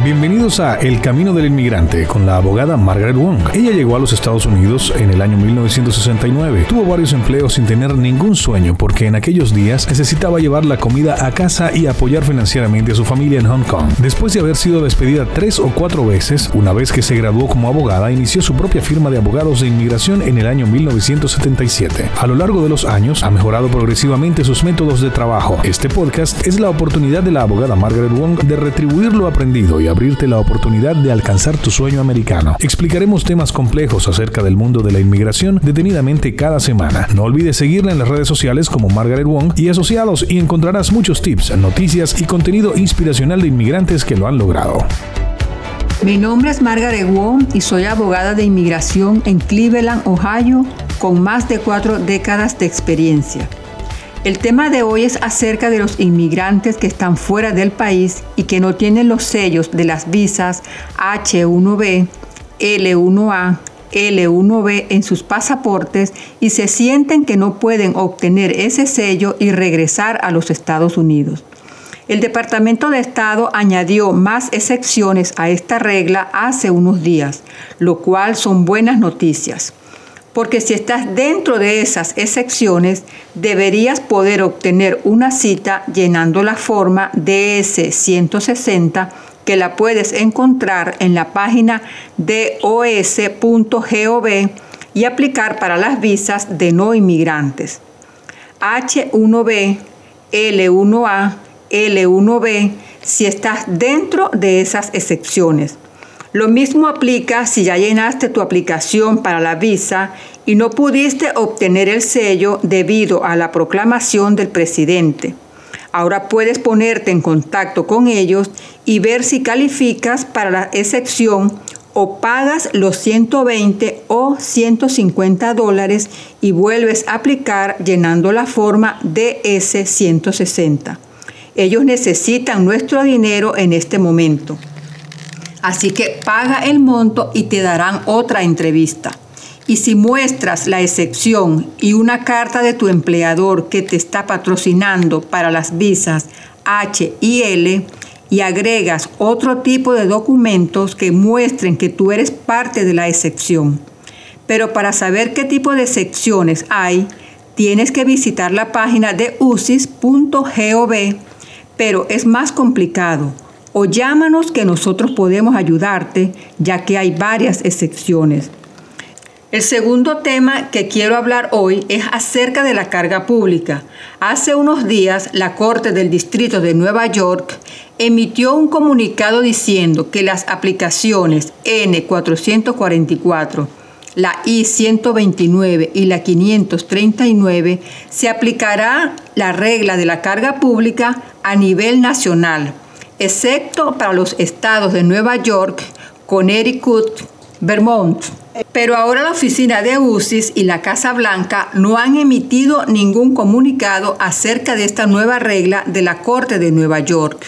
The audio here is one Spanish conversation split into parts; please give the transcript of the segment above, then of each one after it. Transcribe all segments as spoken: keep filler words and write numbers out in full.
Bienvenidos a El Camino del Inmigrante con la abogada Margaret Wong. Ella llegó a los Estados Unidos en el año mil novecientos sesenta y nueve. Tuvo varios empleos sin tener ningún sueño porque en aquellos días necesitaba llevar la comida a casa y apoyar financieramente a su familia en Hong Kong. Después de haber sido despedida tres o cuatro veces, una vez que se graduó como abogada, inició su propia firma de abogados de inmigración en el año mil novecientos setenta y siete. A lo largo de los años, ha mejorado progresivamente sus métodos de trabajo. Este podcast es la oportunidad de la abogada Margaret Wong de retribuir lo aprendido y abrirte la oportunidad de alcanzar tu sueño americano. Explicaremos temas complejos acerca del mundo de la inmigración detenidamente cada semana. No olvides seguirla en las redes sociales como Margaret Wong y Asociados y encontrarás muchos tips, noticias y contenido inspiracional de inmigrantes que lo han logrado. Mi nombre es Margaret Wong y soy abogada de inmigración en Cleveland, Ohio, con más de cuatro décadas de experiencia. El tema de hoy es acerca de los inmigrantes que están fuera del país y que no tienen los sellos de las visas H uno B, L uno A, L uno B en sus pasaportes y se sienten que no pueden obtener ese sello y regresar a los Estados Unidos. El Departamento de Estado añadió más excepciones a esta regla hace unos días, lo cual son buenas noticias. Porque si estás dentro de esas excepciones, deberías poder obtener una cita llenando la forma D S ciento sesenta, que la puedes encontrar en la página d o s punto gov y aplicar para las visas de no inmigrantes. H uno B, L uno A, L uno B, si estás dentro de esas excepciones. Lo mismo aplica si ya llenaste tu aplicación para la visa y no pudiste obtener el sello debido a la proclamación del presidente. Ahora puedes ponerte en contacto con ellos y ver si calificas para la excepción o pagas los ciento veinte o ciento cincuenta dólares y vuelves a aplicar llenando la forma D S ciento sesenta. Ellos necesitan nuestro dinero en este momento. Así que paga el monto y te darán otra entrevista. Y si muestras la excepción y una carta de tu empleador que te está patrocinando para las visas H y L y agregas otro tipo de documentos que muestren que tú eres parte de la excepción. Pero para saber qué tipo de excepciones hay, tienes que visitar la página de u s i s punto gov, pero es más complicado. O llámanos que nosotros podemos ayudarte, ya que hay varias excepciones. El segundo tema que quiero hablar hoy es acerca de la carga pública. Hace unos días, la Corte del Distrito de Nueva York emitió un comunicado diciendo que las aplicaciones N cuatrocientos cuarenta y cuatro, la I ciento veintinueve y la quinientos treinta y nueve se aplicará la regla de la carga pública a nivel nacional, excepto para los estados de Nueva York, Connecticut, Vermont. Pero ahora la oficina de U S I S y la Casa Blanca no han emitido ningún comunicado acerca de esta nueva regla de la Corte de Nueva York.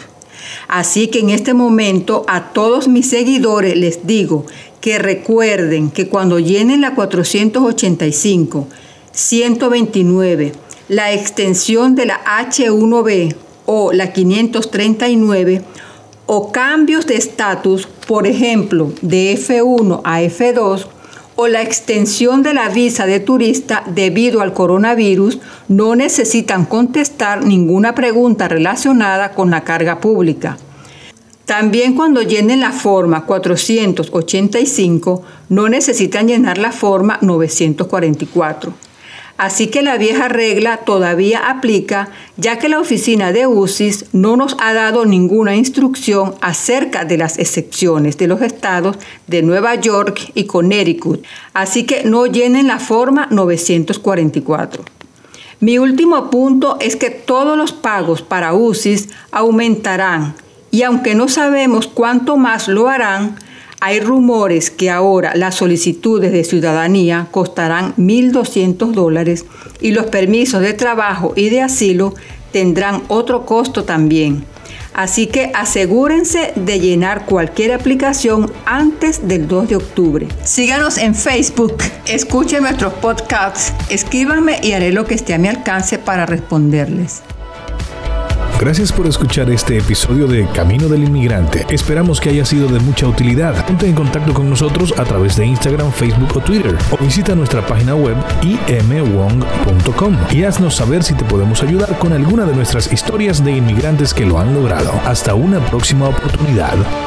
Así que en este momento a todos mis seguidores les digo que recuerden que cuando llenen la cuatrocientos ochenta y cinco, ciento veintinueve, la extensión de la H uno B o la quinientos treinta y nueve o cambios de estatus, por ejemplo, de F uno a F dos o la extensión de la visa de turista debido al coronavirus, no necesitan contestar ninguna pregunta relacionada con la carga pública. También cuando llenen la forma cuatrocientos ochenta y cinco, no necesitan llenar la forma novecientos cuarenta y cuatro. Así que la vieja regla todavía aplica, ya que la oficina de U S I S no nos ha dado ninguna instrucción acerca de las excepciones de los estados de Nueva York y Connecticut. Así que no llenen la forma novecientos cuarenta y cuatro. Mi último punto es que todos los pagos para U S I S aumentarán y aunque no sabemos cuánto más lo harán, hay rumores que ahora las solicitudes de ciudadanía costarán mil doscientos dólares y los permisos de trabajo y de asilo tendrán otro costo también. Así que asegúrense de llenar cualquier aplicación antes del dos de octubre. Síganos en Facebook, escuchen nuestros podcasts, escríbanme y haré lo que esté a mi alcance para responderles. Gracias por escuchar este episodio de Camino del Inmigrante. Esperamos que haya sido de mucha utilidad. Ponte en contacto con nosotros a través de Instagram, Facebook o Twitter, o visita nuestra página web i m wong punto com y haznos saber si te podemos ayudar con alguna de nuestras historias de inmigrantes que lo han logrado. Hasta una próxima oportunidad.